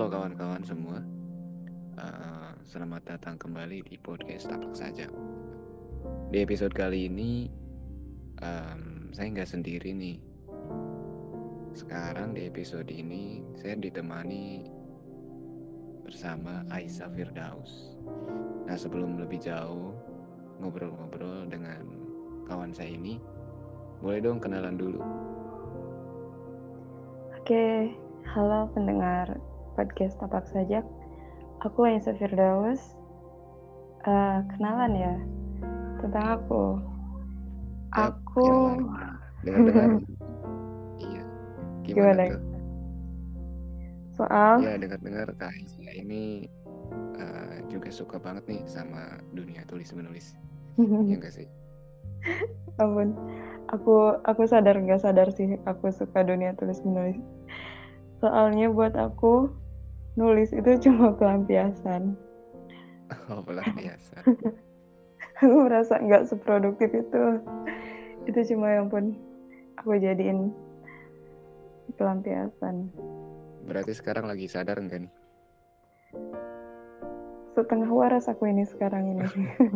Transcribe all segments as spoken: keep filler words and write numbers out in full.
Halo kawan-kawan semua, uh, selamat datang kembali di podcast Tapak Saja. Di episode kali ini, um, saya nggak sendiri nih. Sekarang di episode ini, saya ditemani bersama Aisyah Firdaus. Nah, sebelum lebih jauh ngobrol-ngobrol dengan kawan saya ini, boleh dong kenalan dulu. Oke, halo pendengar podcast Tapak Saja. Aku Aisyah Firdaus. Uh, kenalan ya tentang aku. Yap, Aku kenalan. Dengar-dengar, iya. Gimana, gimana? tuh? Soal Ya, dengar-dengar Kak Aisyah ini uh, juga suka banget nih sama dunia tulis menulis. Ya enggak sih? ampun, aku aku sadar nggak sadar sih aku suka dunia tulis menulis. Soalnya buat aku nulis itu cuma pelampiasan. Oh, pelampiasan. Aku merasa nggak seproduktif itu. Itu cuma yang pun aku jadiin pelampiasan. Berarti sekarang lagi sadar enggak nih? Setengah waras aku ini sekarang ini.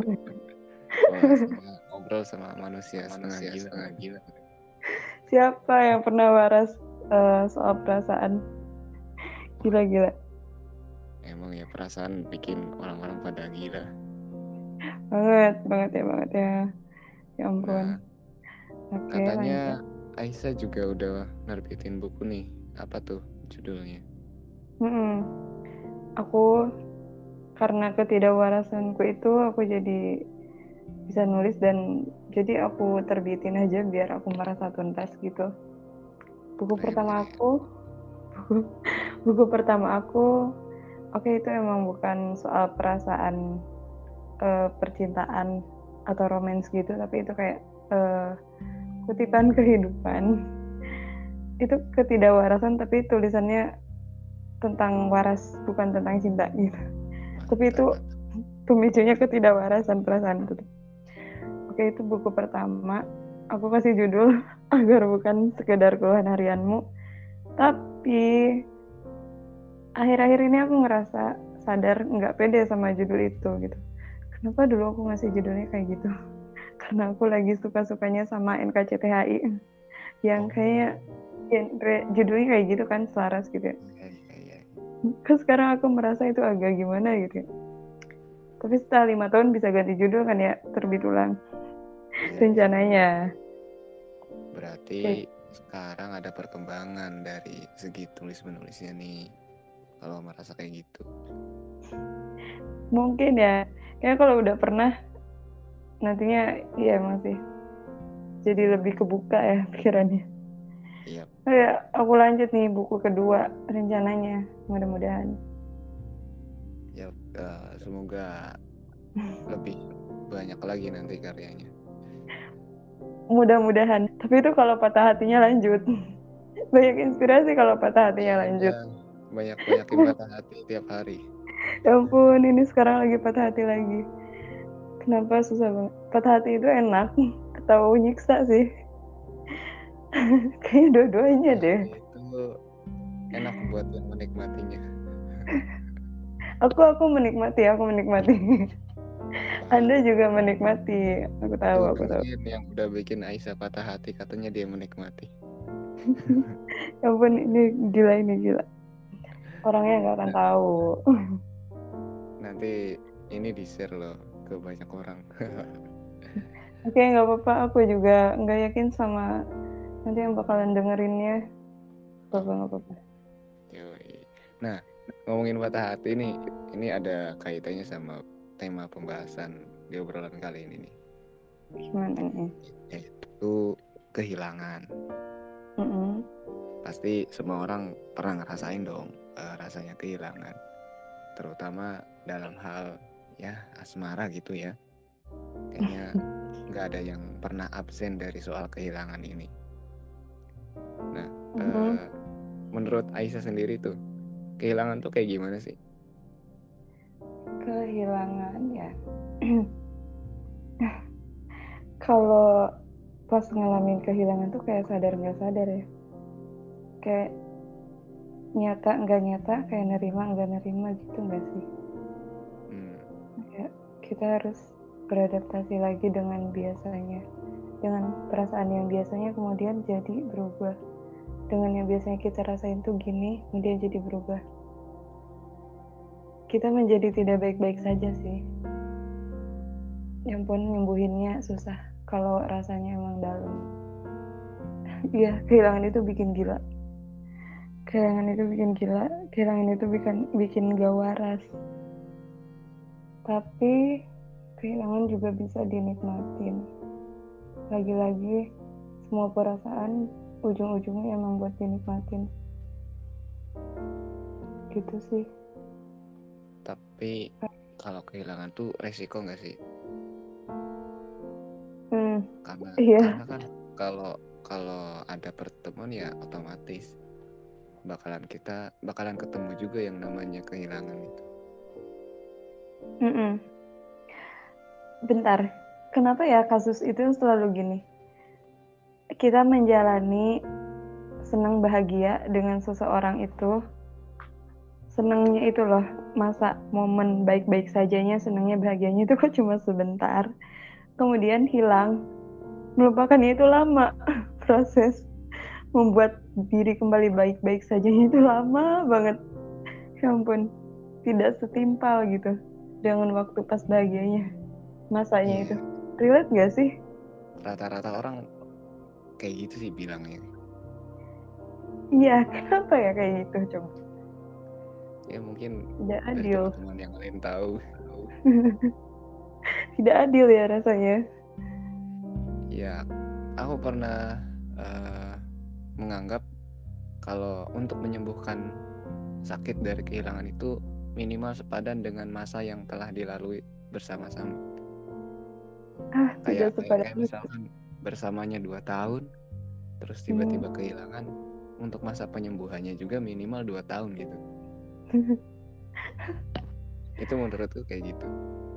Wah, sama ngobrol sama manusia setengah Manusia gila. setengah gila. Siapa yang pernah waras uh, soal perasaan? Gila-gila. Emang ya perasaan bikin orang-orang pada gila. Banget, banget ya, banget ya. Ya ampun. Nah, Oke, lanjut. katanya Aisyah juga udah nerbitin buku nih. Apa tuh judulnya? Mm-mm. Aku karena ketidakwarasanku itu aku jadi bisa nulis dan jadi aku terbitin aja biar aku merasa tuntas gitu. Buku Keren, pertama keren. aku, buku, buku pertama aku, oke okay, itu emang bukan soal perasaan uh, percintaan atau romance gitu, tapi itu kayak uh, kutipan kehidupan. Itu ketidakwarasan tapi tulisannya tentang waras, bukan tentang cinta gitu. Tapi Mantap. itu pemicunya ketidakwarasan perasaan itu. Oke, itu buku pertama. Aku kasih judul agar bukan sekedar keluhan harianmu. Tapi akhir-akhir ini aku ngerasa sadar nggak pede sama judul itu gitu. Kenapa dulu aku ngasih judulnya kayak gitu? Karena aku lagi suka-sukanya sama N K C T H I yang Oh, kayaknya genre judulnya kayak gitu kan, selaras gitu ya. iya, iya, iya. Terus sekarang aku merasa itu agak gimana gitu ya. Tapi setelah lima tahun bisa ganti judul kan ya, terbit ulang. Iya, iya. Rencananya. Berarti Kayak, sekarang ada perkembangan dari segi tulis menulisnya nih. Kalau merasa kayak gitu. mungkin ya. Kayaknya kalau udah pernah, nantinya iya emang sih. Jadi lebih kebuka ya pikirannya. Iya. Kayak aku lanjut nih buku kedua rencananya. Mudah-mudahan. Ya, uh, semoga lebih banyak lagi nanti karyanya. Mudah-mudahan. Tapi itu kalau patah hatinya lanjut. Banyak inspirasi kalau patah Ya hatinya lanjut. udah, banyak-banyakin patah hati tiap hari. Ya ampun, ini sekarang lagi patah hati lagi. Kenapa susah banget? Patah hati itu enak atau nyiksa sih? Kayaknya dua-duanya Patah deh. hati itu enak buat yang menikmatinya. Aku aku menikmati, aku menikmati. Wah, Anda juga menikmati. Aku tahu, tuh aku tahu. dengerin yang udah bikin Aisyah patah hati, katanya dia menikmati. Ya ampun, ini gila, ini gila. Orangnya nggak akan Nah, tahu. nanti ini di-share loh ke banyak orang. Oke, nggak apa-apa. Aku juga nggak yakin sama nanti yang bakalan dengerinnya. Apa nggak apa-apa. Yoi. Nah, ngomongin patah hati nih, ini ada kaitannya sama tema pembahasan di obrolan kali ini nih, Gimana nih? yaitu kehilangan. Mm-mm. Pasti semua orang pernah ngerasain dong uh, rasanya kehilangan, terutama dalam hal ya asmara gitu ya. Kayaknya nggak ada yang pernah absen dari soal kehilangan ini. Nah, Mm-mm. uh, menurut Aisyah sendiri tuh, kehilangan tuh kayak gimana sih? Kehilangan ya. Kalau pas ngalamin kehilangan tuh kayak sadar nggak sadar ya. Kayak nyata nggak nyata, kayak nerima nggak nerima gitu nggak sih? Hmm. Kayak kita harus beradaptasi lagi dengan biasanya, dengan perasaan yang biasanya kemudian jadi berubah. Dengan yang biasanya kita rasain tuh gini, kemudian jadi berubah. Kita menjadi tidak baik-baik saja sih. Ya ampun, nyembuhinnya susah kalau rasanya emang dalam. Iya, kehilangan itu bikin gila. Kehilangan itu bikin gila, kehilangan itu bikin bikin gak waras. Tapi kehilangan juga bisa dinikmatin. Lagi-lagi semua perasaan ujung-ujungnya emang buat dinikmatin. Gitu sih. Tapi kalau kehilangan tuh resiko nggak sih? Hmm, Karena iya. karena kan kalau kalau ada pertemuan ya otomatis bakalan kita bakalan ketemu juga yang namanya kehilangan itu. Mm-mm. Bentar, kenapa ya kasus itu selalu gini? Kita menjalani senang bahagia dengan seseorang itu, senangnya itu loh, masa momen baik-baik sajanya, senangnya bahagianya itu kok cuma sebentar, kemudian hilang. Melupakannya itu lama. Proses membuat diri kembali baik-baik sajanya itu lama banget. Ya ampun, tidak setimpal gitu dengan waktu pas bahagianya, masanya itu. Iya, Relate gak sih? rata-rata orang kayak gitu sih bilangnya. Iya, kenapa ya kayak gitu coba? Ya mungkin Tidak dari adil. teman-teman yang lain tahu. Tidak adil ya rasanya. Ya, aku pernah uh, menganggap kalau untuk menyembuhkan sakit dari kehilangan itu minimal sepadan dengan masa yang telah dilalui bersama-sama. Ah, tidak Kayak kayak, sepadan kayak itu. misalkan bersamanya dua tahun, terus Hmm. tiba-tiba kehilangan, untuk masa penyembuhannya juga minimal dua tahun gitu. Itu menurutku kayak gitu.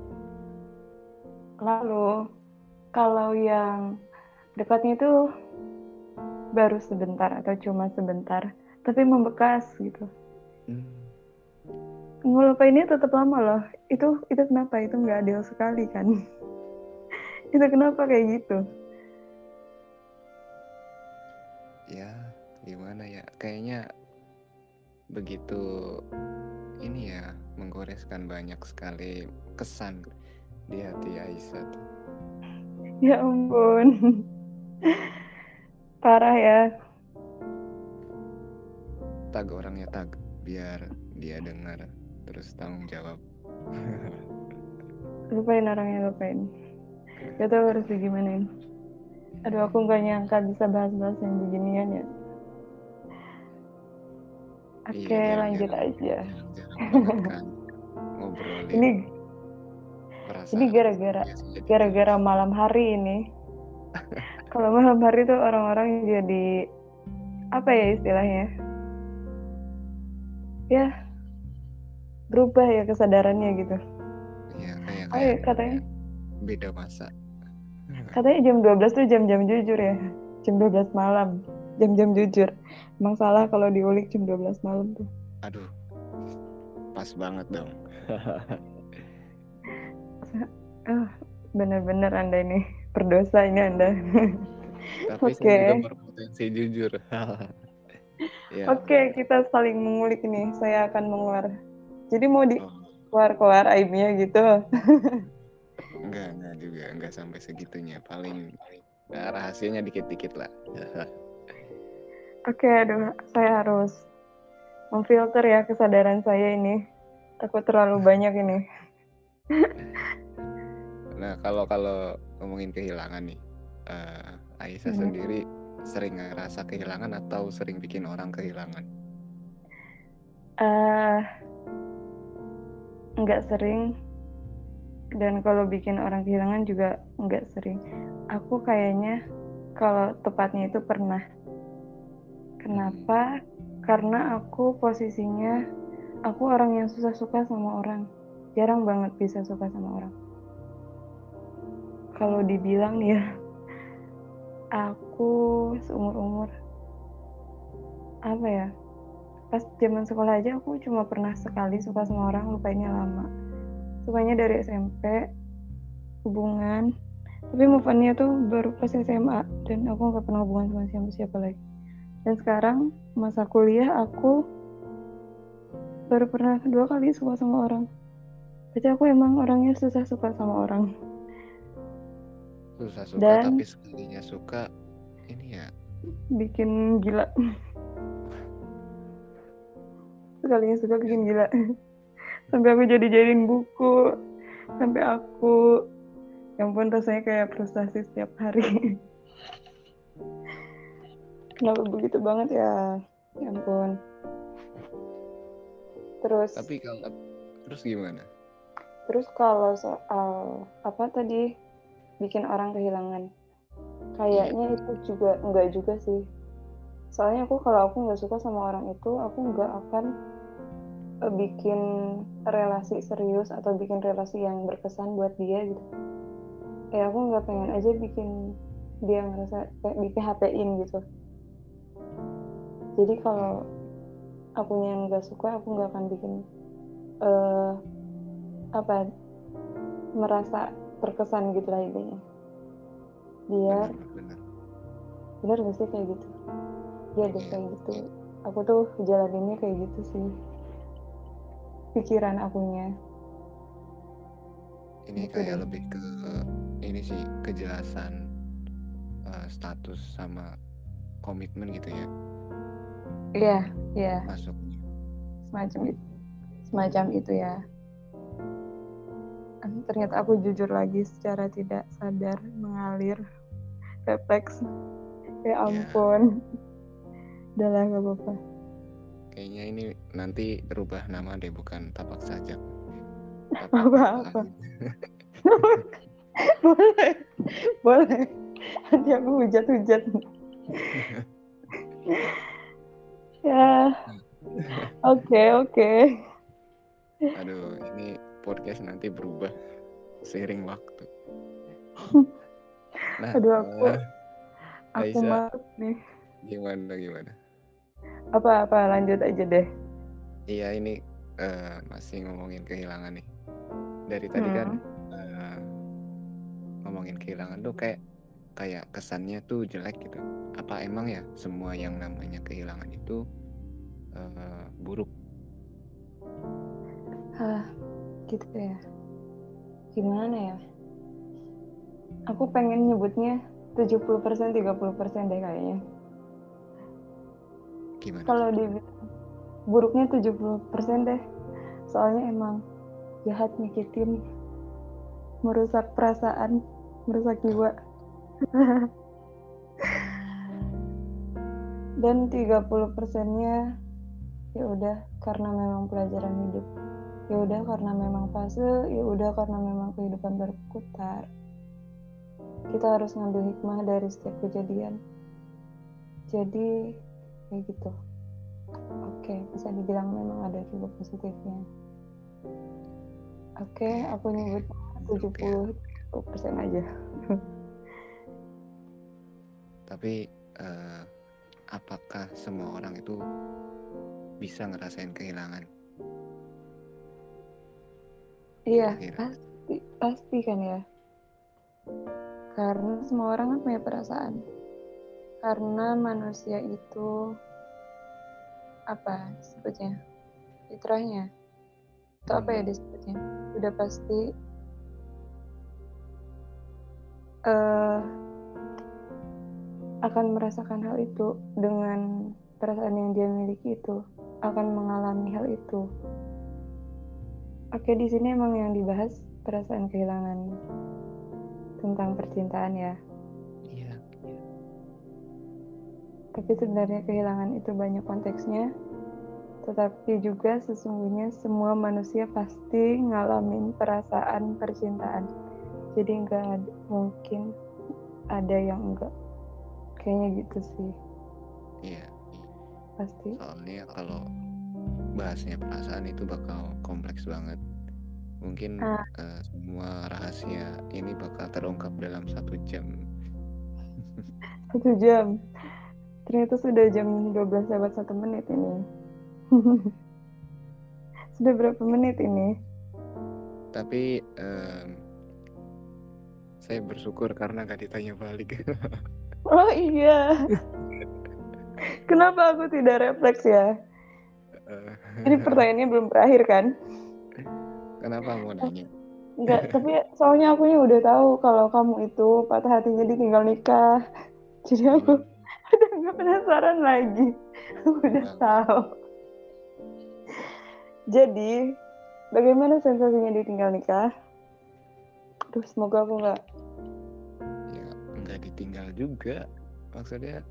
Lalu, kalau yang dekatnya itu baru sebentar atau cuma sebentar, tapi membekas gitu. Hmm. Ngelupainnya tetap lama loh. Itu itu kenapa? Itu nggak adil sekali kan? Itu kenapa kayak gitu? Ya, gimana ya? Kayaknya begitu ini ya, menggoreskan banyak sekali kesan di hati Aisyah tuh. Ya ampun. Parah ya. Tag orangnya tag, biar dia dengar terus tanggung jawab. Lupain orangnya, lupain. Gak tau harus digimanain. Aduh, aku nggak nyangka bisa bahas-bahas yang beginian ya. Iya, Oke, lanjut jarang-jarang aja. jarang-jarang banget kan ngobrolin Ini ini perasaan. gara-gara Biasanya jujur. gara-gara malam hari ini. Kalau malam hari tuh orang-orang jadi apa ya istilahnya? Ya, berubah ya kesadarannya gitu. Iya, kayak Oh kayak ya, katanya beda masa. katanya jam dua belas tuh jam-jam jujur ya. Jam dua belas malam. Jam-jam jujur. Emang salah kalau diulik jam dua belas malam tuh. Aduh, pas banget dong. Ah, bener-bener Anda ini berdosa ini Anda. Tapi Oke. saya juga berpotensi jujur. Ya Oke, Allah. kita saling mengulik nih. Saya akan mengeluar. Jadi mau di Oh, keluar-keluar aibnya gitu. enggak, enggak juga, enggak sampai segitunya. Paling eh, rahasianya dikit-dikit lah. Oke, aduh, saya harus memfilter ya kesadaran saya ini. Takut terlalu banyak ini. Nah, kalau kalau ngomongin kehilangan nih, eh, Aisyah Hmm. sendiri sering ngerasa kehilangan atau sering bikin orang kehilangan? Eh, nggak sering, dan kalau bikin orang kehilangan juga nggak sering. Aku kayaknya kalau tepatnya itu pernah. Hmm. Kenapa? Karena aku posisinya, aku orang yang susah suka sama orang. Jarang banget bisa suka sama orang. Kalau dibilang nih ya, aku seumur-umur, apa ya? pas zaman sekolah aja aku cuma pernah sekali suka sama orang, lupainnya lama. Sukanya dari S M P, hubungan, tapi move on-nya tuh baru pas S M A dan aku nggak pernah hubungan sama siapa-siapa lagi. Dan sekarang masa kuliah aku baru pernah dua kali suka sama orang. Berarti aku emang orangnya susah suka sama orang. Susah suka Dan tapi sekalinya suka ini ya bikin gila. Sekalinya suka bikin gila. Sampai aku jadi-jadiin buku. Sampai aku, ya ampun rasanya kayak frustasi setiap hari. Kenapa begitu banget ya? Ya ampun. Terus tapi kalau terus gimana? terus kalau soal apa tadi bikin orang kehilangan, Iya. kayaknya itu juga enggak juga sih. Soalnya aku kalau aku nggak suka sama orang itu, aku nggak akan uh, bikin relasi serius atau bikin relasi yang berkesan buat dia gitu. Ya aku nggak pengen aja bikin dia ngerasa kayak di P H P-in gitu. Jadi kalau Hmm. akunya yang nggak suka, aku nggak akan bikin uh, apa merasa terkesan gitu lah intinya. Biar Bener bener. bener gak sih kayak gitu? Iya deh Iya. kayak gitu. Aku tuh jalaninnya kayak gitu sih. Pikiran akunya Ini gitu kayak deh. lebih ke ini sih kejelasan uh, status sama komitmen gitu ya Iya, iya, masuknya. semacam itu. Semacam itu ya. Ternyata aku jujur lagi secara tidak sadar mengalir refleks. Ya Ya ampun. Udah lah gak apa-apa. kayaknya ini nanti rubah nama deh, bukan tapak sajak, tapak mata Apa-apa. angin. Boleh, boleh. Nanti aku hujat-hujat. Ya, oke, okay, oke. Okay. Aduh, ini podcast nanti berubah seiring waktu. Nah, Aduh aku, uh, aku Aisyah maruk nih. gimana gimana? Apa-apa lanjut aja deh. Iya ini uh, masih ngomongin kehilangan nih. Dari tadi kan Hmm. uh, ngomongin kehilangan tuh kayak kayak kesannya tuh jelek gitu. Apa emang ya semua yang namanya kehilangan itu uh, buruk? Hah, gitu ya. Gimana ya? Aku pengen nyebutnya tujuh puluh persen tiga puluh persen deh kayaknya. Gimana tuh? Kalau dibilang buruknya tujuh puluh persen deh. Soalnya emang jahat nyakitin, merusak perasaan, merusak Oh, jiwa. Dan tiga puluh persennya ya udah karena memang pelajaran hidup. Ya udah karena memang fase, ya udah karena memang kehidupan berputar. Kita harus ngambil hikmah dari setiap kejadian. Jadi kayak gitu. Oke, bisa dibilang memang ada juga positifnya. Oke, oke aku oke nyebut buruk ya. tujuh puluh persen aja. Tapi uh, apakah semua orang itu bisa ngerasain kehilangan? Iya, Kira-kira. pasti, pasti kan ya. Karena semua orang kan punya perasaan. Karena manusia itu apa disebutnya? Fitrahnya. Itu apa ya Hmm. disebutnya? Udah pasti uh, akan merasakan hal itu dengan perasaan yang dia miliki itu, akan mengalami hal itu. Oke, di sini emang yang dibahas perasaan kehilangan tentang percintaan ya. Iya. Tapi sebenarnya kehilangan itu banyak konteksnya. Tetapi juga sesungguhnya semua manusia pasti ngalamin perasaan percintaan. Jadi nggak ada, mungkin ada yang enggak. Kayaknya gitu sih. Iya. Pasti. Soalnya kalau bahasnya perasaan itu bakal kompleks banget. Mungkin Ah, uh, semua rahasia ini bakal terungkap dalam satu jam. satu jam. Ternyata sudah jam dua belas lewat satu menit ini. Sudah berapa menit ini? Tapi um, saya bersyukur karena gak ditanya balik. Oh iya. Kenapa aku tidak refleks ya? Ini pertanyaannya belum berakhir kan? Kenapa mau nanya? Enggak, tapi soalnya aku udah tahu kalau kamu itu patah hatinya ditinggal nikah. Jadi aku Hmm, udah nggak penasaran lagi. Aku udah enggak, enggak. tahu. Jadi, bagaimana sensasinya ditinggal nikah? Aduh, semoga aku nggak. Ya, enggak ditinggal juga. Maksudnya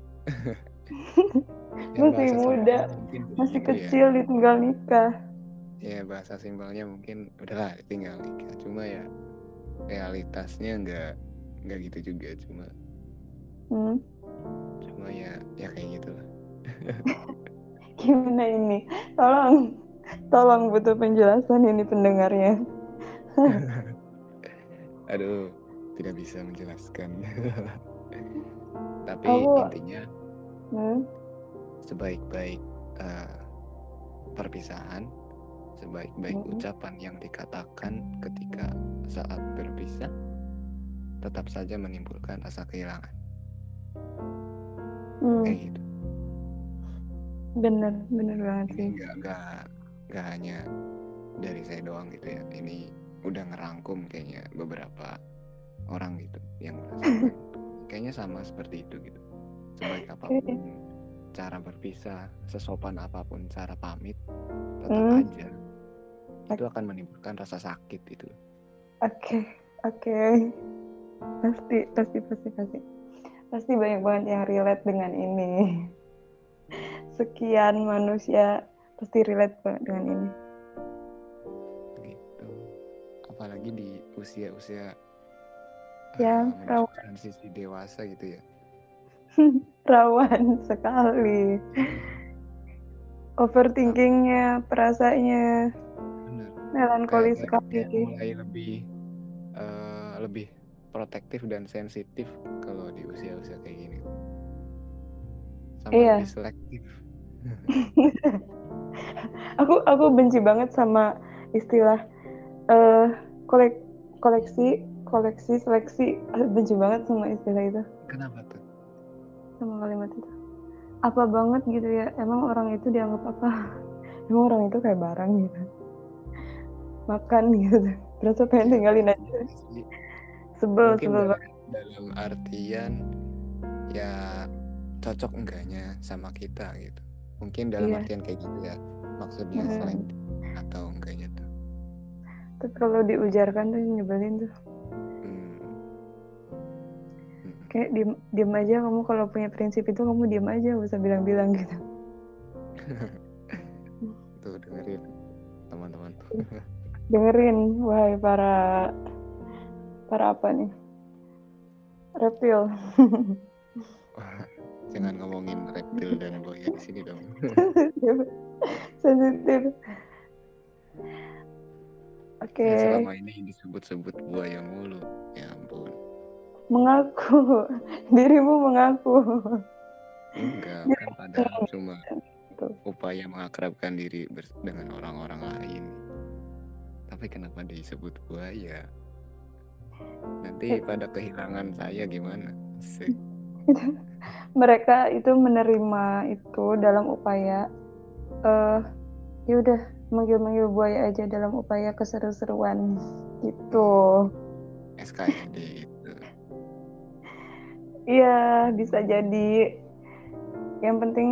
ya Masih bahasa muda, simpelnya mungkin kayak masih gitu ya. kecil ditinggal nikah. Ya bahasa simpelnya mungkin udahlah ditinggal nikah. Cuma ya realitasnya enggak enggak gitu juga. Cuma Hmm. cuma ya ya kayak gitulah. Gimana ini? Tolong, tolong butuh penjelasan ini pendengarnya. Aduh, tidak bisa menjelaskan. Tapi Aku, intinya hmm, sebaik-baik uh, perpisahan, sebaik-baik hmm, ucapan yang dikatakan ketika saat berpisah, tetap saja menimbulkan rasa kehilangan. hmm, Kayak gitu. bener, bener banget Ini sih. nggak nggak nggak hanya dari saya doang gitu ya. Ini udah ngerangkum kayaknya beberapa orang gitu yang merasakan. Kayaknya sama seperti itu gitu. Sebaik Oke, apapun cara berpisah, sesopan apapun cara pamit, tetap hmm, aja itu akan menimbulkan rasa sakit itu. oke, oke. Pasti, pasti, pasti, pasti. Pasti banyak banget yang relate dengan ini. Sekian manusia pasti relate banget dengan ini. Gitu. Apalagi di usia-usia Ya, uh, menuju rawan, transisi dewasa gitu ya. rawan sekali. Overthinkingnya, perasaannya, Bener. Kayak melankoli kayak, sekali. kayak mulai lebih uh, lebih protektif dan sensitif kalau di usia-usia kayak gini. Sama lebih Iya, selektif. aku aku benci banget sama istilah uh, kolek, koleksi, koleksi, seleksi. Aku benci banget sama istilah itu, Kenapa tuh? sama kalimat itu. Apa banget gitu ya? Emang orang itu dianggap apa? Emang orang itu kayak barang gitu, makan gitu. Berasa pengen Ya tinggalin nggak aja. juga sih. Sebel, Mungkin sebel dalam banget. dalam artian ya cocok enggaknya sama kita gitu. Mungkin dalam Iya. artian kayak gitu ya. Maksudnya Hmm. selektif atau enggaknya tuh. Tapi kalau diujarkan tuh nyebelin tuh. Hmm. Hmm. Kayak diem, diem aja kamu kalau punya prinsip itu kamu diem aja, gak usah bilang-bilang gitu. Tuh dengerin teman-teman. Dengerin, wahai para para apa nih? Reptil. Wah, jangan ngomongin reptil dan buaya di sini dong. Sensitif. Oke. Saya Okay. selama ini disebut-sebut buaya mulu. Ya ampun. Mengaku. Dirimu mengaku. Enggak, kan padahal Dirimu cuma gitu. upaya mengakrabkan diri dengan orang-orang lain. Tapi kenapa disebut buaya? Nanti pada kehilangan saya gimana? Asik. Mereka itu menerima itu dalam upaya uh, ya udah manggil-manggil buaya aja dalam upaya keseru-seruan gitu. Hmm, S K S D itu. Iya, bisa jadi. Yang penting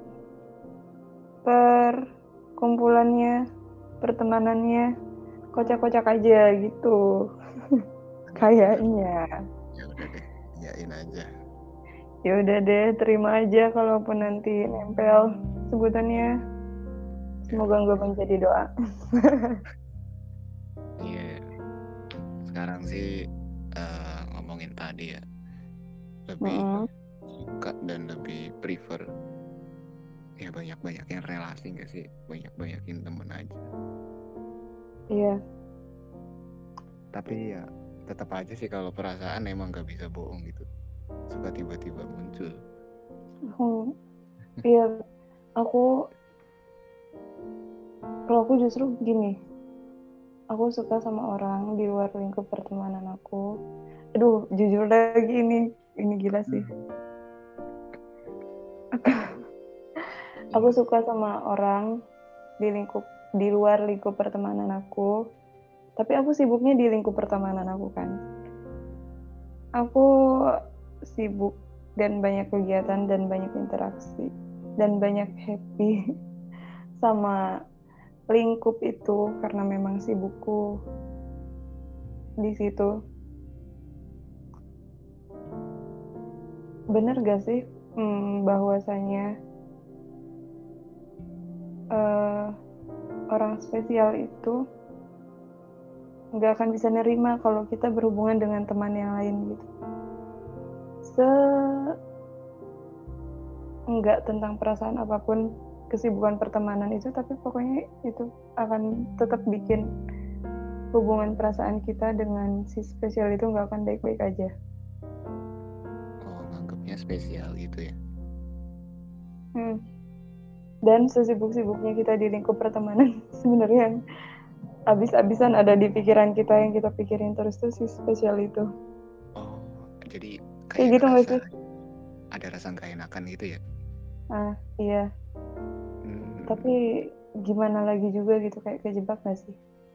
perkumpulannya, pertemanannya kocak-kocak aja gitu. Benar-benar. Kayaknya. Ya udah deh, yain aja. Ya udah deh, terima aja kalaupun nanti nempel sebutannya. Ya Semoga nggak udah. menjadi doa. Iya. Sekarang sih uh, ngomongin tadi ya, lebih Mm-mm. suka dan lebih prefer ya banyak-banyakin relasi gak sih, banyak-banyakin temen aja. Iya. Tapi ya tetap aja sih kalau perasaan emang gak bisa bohong gitu, suka tiba-tiba muncul. Hmm. Iya, aku Kalau aku justru gini, aku suka sama orang di luar lingkup pertemanan aku. Aduh, jujur lagi ini, ini gila sih. Aku suka sama orang di lingkup di luar lingkup pertemanan aku, tapi aku sibuknya di lingkup pertemanan aku kan. Aku sibuk dan banyak kegiatan dan banyak interaksi dan banyak happy sama lingkup itu karena memang sibukku di situ. Bener gak sih hmm, bahwasanya uh, orang spesial itu nggak akan bisa nerima kalau kita berhubungan dengan teman yang lain gitu. Se nggak tentang perasaan apapun kesibukan pertemanan itu, tapi pokoknya itu akan tetap bikin hubungan perasaan kita dengan si spesial itu nggak akan baik-baik aja. Oh, nganggapnya spesial gitu ya. Hmm. Dan sesibuk-sibuknya kita di lingkup pertemanan, sebenarnya yang abis-abisan ada di pikiran kita, yang kita pikirin terus tuh si spesial itu. Oh, jadi Kayak kayak gitu nggak ngerasa sih? ada rasa nggak enakan gitu ya. Ah, iya. Hmm, Tapi gimana lagi juga gitu, kayak kejebak nggak sih?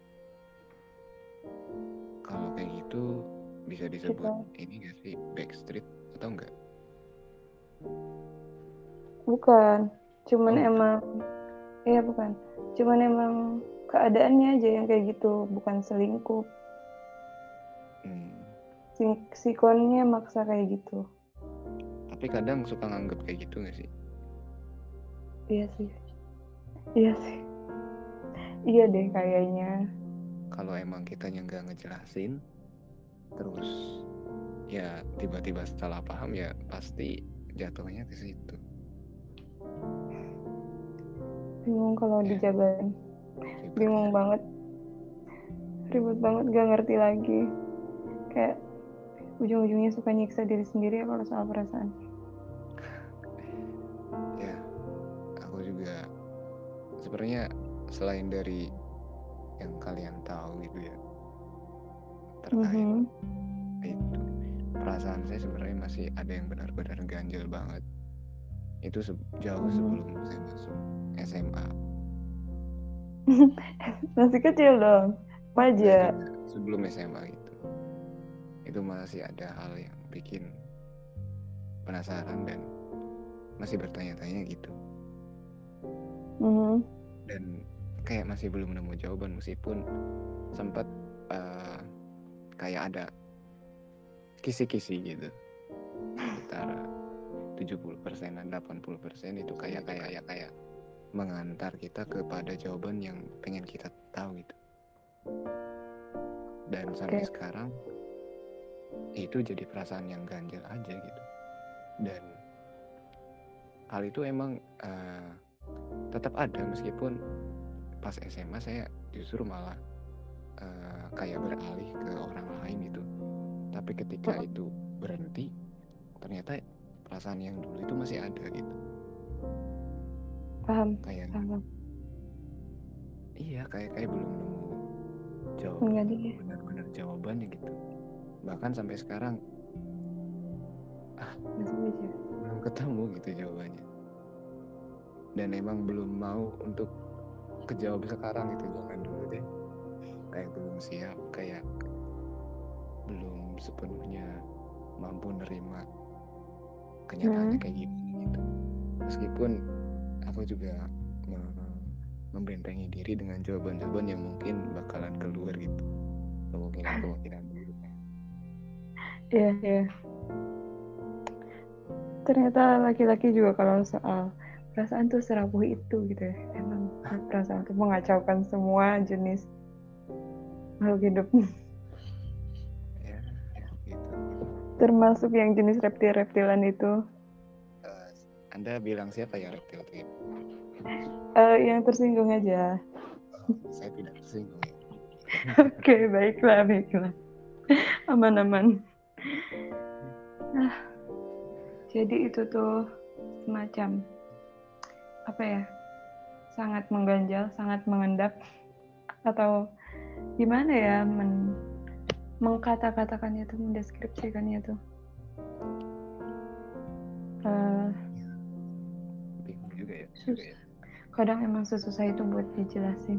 kalau kayak gitu bisa disebut Kita ini gak sih backstreet atau enggak? bukan, cuman Oh, bukan. emang, iya bukan, cuman emang keadaannya aja yang kayak gitu, bukan selingkuh. Hmm, Si- Sikonnya maksa kayak gitu. tapi kadang suka nganggep kayak gitu gak sih? Iya sih, iya sih, iya deh kayaknya. Kalau emang kitanya nggak ngejelasin, terus ya tiba-tiba salah paham ya pasti jatuhnya ke situ. Bingung kalau Ya, dijabarin, ribet ya. bingung banget, ribet banget, gak ngerti lagi. Kayak ujung-ujungnya suka nyiksa diri sendiri ya kalau soal perasaan. Ya, aku juga sebenarnya selain dari yang kalian tahu gitu ya terkait Mhm. itu, perasaan saya sebenarnya masih ada yang benar-benar ganjel banget. Itu se- jauh Mhm. sebelum saya masuk S M A. Masih kecil dong, Enggak remaja. juga, sebelum S M A gitu. Itu masih ada hal yang bikin penasaran dan masih bertanya-tanya gitu. Mhm. Dan kayak masih belum nemu jawaban meskipun sempat uh, kayak ada kisi-kisi gitu. Sekitar tujuh puluh persenan, delapan puluh persen itu kayak kayak kayak kayak mengantar kita kepada jawaban yang pengen kita tahu gitu. Dan sampai Oke. sekarang itu jadi perasaan yang ganjil aja gitu. Dan hal itu emang uh, tetap ada meskipun pas S M A saya justru malah uh, kayak beralih ke orang lain gitu. Tapi ketika itu berhenti, ternyata perasaan yang dulu itu masih ada gitu. Paham, Kayak paham. iya kayak kayak belum nemu jawaban, Enggak deh. benar-benar jawabannya gitu. Bahkan sampai sekarang ah Masih aja. belum ketemu gitu jawabannya. Dan emang belum mau untuk kejawab sekarang gitu, jangan dulu deh. Kayak belum siap, kayak belum sepenuhnya mampu nerima kenyataannya Hmm. kayak gini gitu. Meskipun aku juga membentengi diri dengan jawaban-jawaban yang mungkin bakalan keluar gitu, kemungkinan-kemungkinan buruknya. Iya, iya. Ternyata laki-laki juga kalau soal perasaan tuh serapuh itu gitu ya. Emang perasaan tuh mengacaukan semua jenis makhluk hidup. Ya gitu. Termasuk yang jenis reptil-reptilan itu. Uh, Anda bilang siapa ya reptil itu? Uh, yang tersinggung aja. Oh, saya tidak tersinggung ya. Oke, okay, baiklah, baiklah. Aman-aman. Nah, jadi itu tuh semacam apa ya? sangat mengganjal, sangat mengendap, atau gimana ya men mengkata-katakannya tuh, mendeskripsikannya tuh. Eee Iya. Bingung juga ya. sus kadang emang sesusah itu buat dijelasin.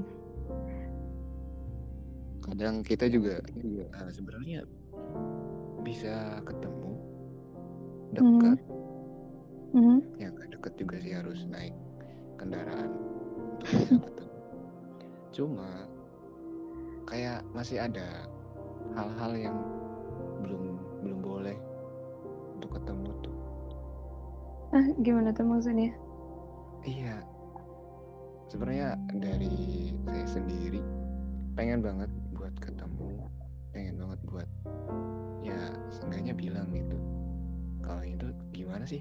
Kadang kita juga uh, sebenarnya bisa ketemu Mhm. dekat, Mhm. ya nggak deket juga sih, harus naik kendaraan untuk bisa ketemu. Cuma kayak masih ada hal-hal yang belum belum boleh untuk ketemu tuh. Ah, gimana tuh maksudnya? Iya, sebenarnya dari saya sendiri pengen banget buat ketemu, pengen banget buat ya seenggaknya bilang gitu, kalau itu gimana sih,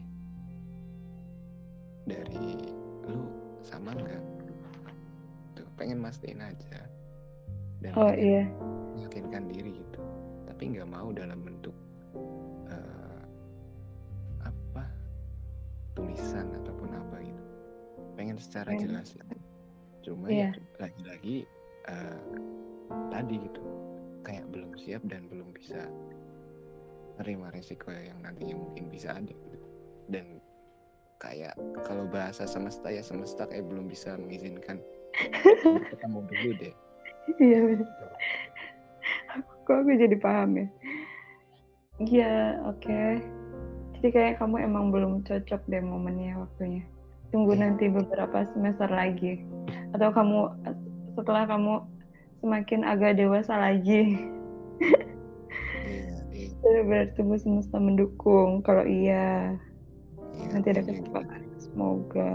dari lu sama nggak tuh, pengen mastiin aja dan Oh pengen iya. meyakinkan diri gitu, tapi nggak mau dalam bentuk uh, apa tulisan ataupun apa gitu, pengen secara Pengen. jelas gitu. Cuma ya Iya. lagi-lagi uh, tadi gitu, kayak belum siap dan belum bisa menerima resiko yang nantinya mungkin bisa ada gitu. Dan kayak kalau bahasa semesta ya semesta kayak belum bisa mengizinkan untuk ketemu dulu deh. Iya bener. Kok aku jadi paham ya? Iya, oke. Jadi kayak kamu emang belum cocok deh momennya, waktunya. Tunggu Iya, nanti beberapa semester lagi. Atau kamu setelah kamu semakin agak dewasa lagi. iya, Bener-bener tunggu semesta mendukung. Kalau iya, iya, nanti ada kayaknya gitu. kesempatan. Semoga.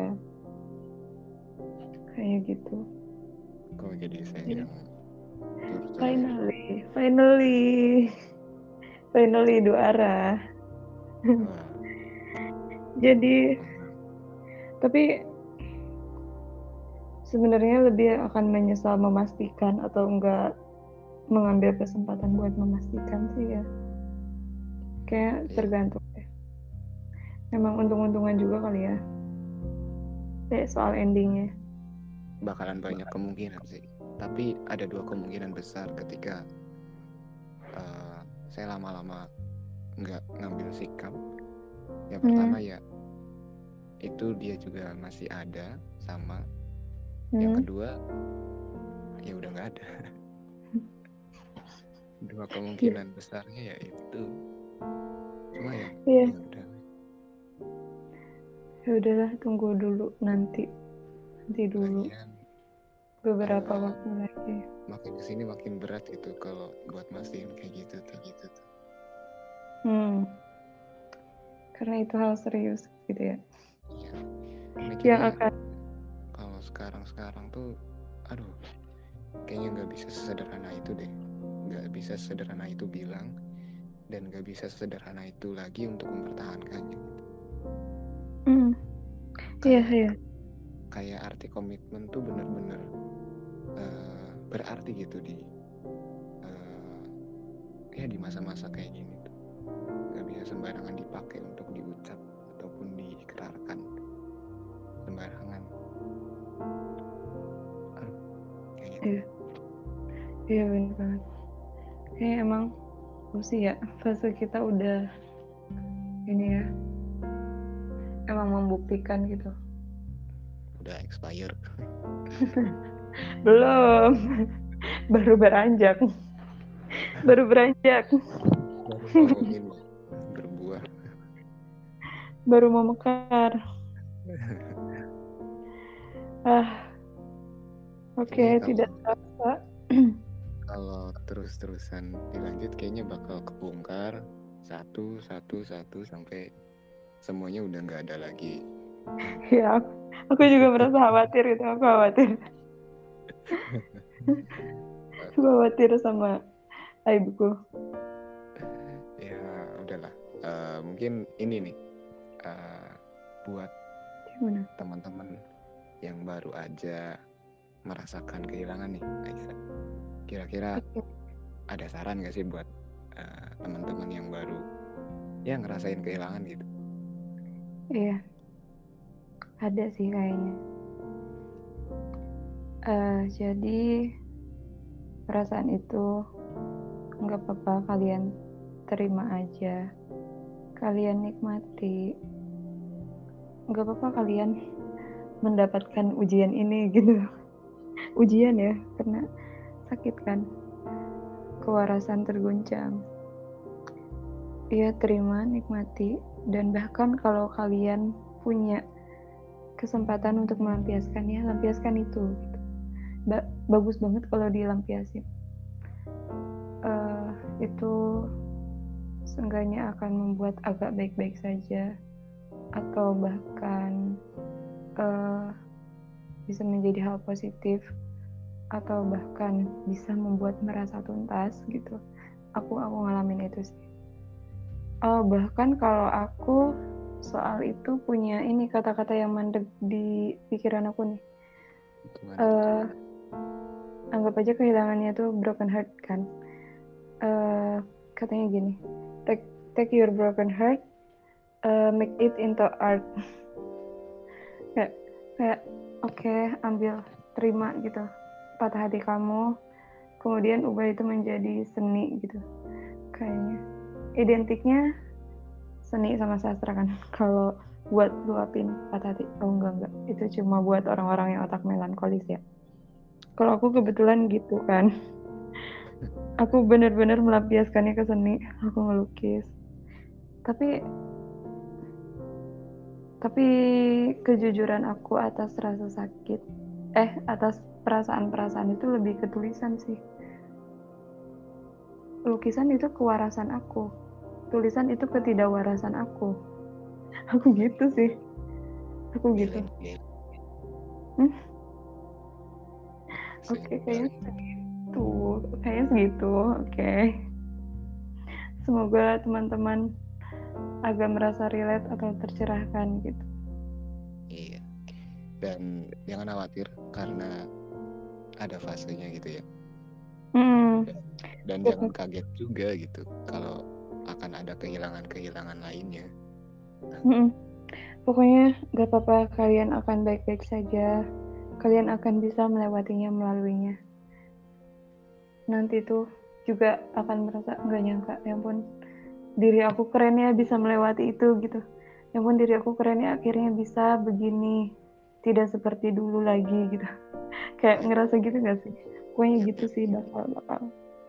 Kayak gitu. Kok jadi saya Iya. yang curcol ya? Finally, finally, finally dua arah. Wah, Jadi, parah. tapi sebenarnya lebih akan menyesal memastikan atau enggak mengambil kesempatan buat memastikan sih ya. Kayak Iya, tergantung deh. Memang untung-untungan juga kali ya. Kayak soal endingnya. bakalan banyak kemungkinan sih. Tapi ada dua kemungkinan besar ketika uh, saya lama-lama nggak ngambil sikap. Yang pertama Hmm. ya itu dia juga masih ada sama. Hmm. Yang kedua ya udah nggak ada. Dua kemungkinan besarnya ya itu. Cuma ya Iya. ya udah. Ya udahlah, tunggu dulu nanti. Nanti dulu. Lagian Beberapa uh, waktu lagi. makin kesini makin berat gitu kalau buat mastiin kayak gitu tuh gitu tuh. Hmm. Karena itu hal serius gitu ya. Iya. Yang Mikirnya akan kalau sekarang-sekarang tuh, aduh, kayaknya nggak bisa sesederhana itu deh. Nggak bisa sesederhana itu bilang, dan nggak bisa sesederhana itu lagi untuk mempertahankannya. Gitu. Hmm. Iya, Kayak iya. kayak arti komitmen tuh bener-bener uh, berarti gitu di uh, ya di masa-masa kayak gini tuh. Nggak bisa sembarangan dipakai untuk diucap ataupun diikrarkan sembarangan. Aduh, kayak gitu. Iya. Iya bener banget. Kayak emang usia fase kita udah ini ya, emang membuktikan gitu. Udah expire. Belum. Baru beranjak. Baru beranjak. Baru mau ini berbuah. Baru mau mekar. Ah, oke, Ini okay, tidak kalau terasa. kalau terus-terusan dilanjut kayaknya bakal kebongkar satu satu satu sampai semuanya udah nggak ada lagi. Ya, aku, aku juga merasa khawatir itu. Aku khawatir. Aku khawatir sama aibku. Ya udahlah. Uh, mungkin ini nih uh, buat Gimana? teman-teman yang baru aja merasakan kehilangan nih, Aisyah. Kira-kira Okay. ada saran gak sih buat uh, teman-teman yang baru ya ngerasain kehilangan gitu? Iya, ada sih kayaknya. Uh, jadi perasaan itu nggak apa-apa kalian terima aja, kalian nikmati, nggak apa-apa kalian mendapatkan ujian ini gitu. Ujian ya, karena sakit kan, kewarasan terguncang. Iya, terima, nikmati, dan bahkan kalau kalian punya kesempatan untuk melampiaskannya, lampiaskan itu. Gitu. Ba- bagus banget kalau dilampiasin. Uh, itu seenggaknya akan membuat agak baik-baik saja, atau bahkan uh, bisa menjadi hal positif, atau bahkan bisa membuat merasa tuntas gitu. Aku aku ngalamin itu sih. Oh, bahkan kalau aku soal itu punya ini kata-kata yang mandek di pikiran aku nih. Uh, anggap aja kehilangannya tuh broken heart kan. Uh, katanya gini, take take your broken heart, uh, make it into art. kayak kayak oke, okay, ambil, terima gitu patah hati kamu, kemudian ubah itu menjadi seni gitu. Kayaknya identiknya seni sama sastra kan. Kalau buat luapin patah hati, oh enggak enggak, itu cuma buat orang-orang yang otak melankolis ya. Kalau aku kebetulan gitu kan, aku bener-bener melampiaskannya ke seni, aku ngelukis. Tapi tapi kejujuran aku atas rasa sakit, eh atas perasaan-perasaan itu lebih ke tulisan sih. Lukisan itu kewarasan aku, tulisan itu ketidakwarasan aku. Aku gitu sih. Aku gitu. Hmm? Oke, okay, kayaknya segitu. Kayaknya segitu. Oke. Okay. Semoga teman-teman agak merasa relate atau tercerahkan gitu. Iya. Dan jangan khawatir karena ada fasenya gitu ya. Hmm. Dan, dan jangan kaget juga gitu kalau akan ada kehilangan-kehilangan lainnya. Nah. Hmm. Pokoknya gak apa-apa, kalian akan baik-baik saja. Kalian akan bisa melewatinya, melaluinya. Nanti tuh juga akan merasa gak nyangka, ya ampun, diri aku keren ya bisa melewati itu gitu. Ya ampun, diri aku keren ya akhirnya bisa begini, tidak seperti dulu lagi gitu. Kayak ngerasa gitu gak sih? Pokoknya yep, gitu yep. sih bakal-bakal.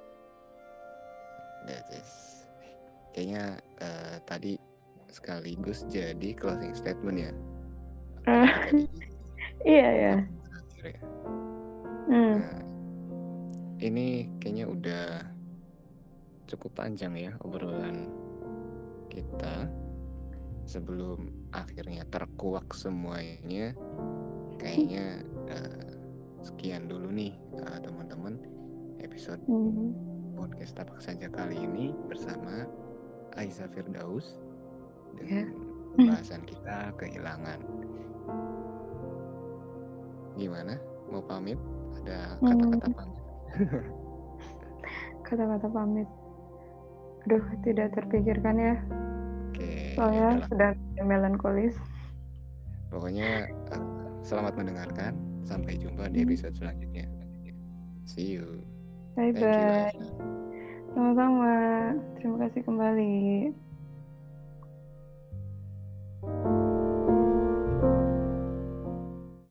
That is. Kayaknya uh, tadi sekaligus jadi closing statement ya. Tadi, iya ya. ya. Hmm. Nah, ini kayaknya udah cukup panjang ya obrolan kita. Sebelum akhirnya terkuak semuanya, kayaknya uh, sekian dulu nih uh, teman-teman episode hmm. podcast Tapak Saja kali ini bersama Aiza Firdaus dengan yeah. pembahasan kita kehilangan. Gimana? Mau pamit? Ada kata-kata hmm. pamit? Kata-kata pamit. Aduh, tidak terpikirkan ya. Oke. Soalnya sudah melankolis. Pokoknya uh, selamat mendengarkan. Sampai jumpa di episode selanjutnya. See you. Bye bye. Sama-sama. Terima kasih kembali.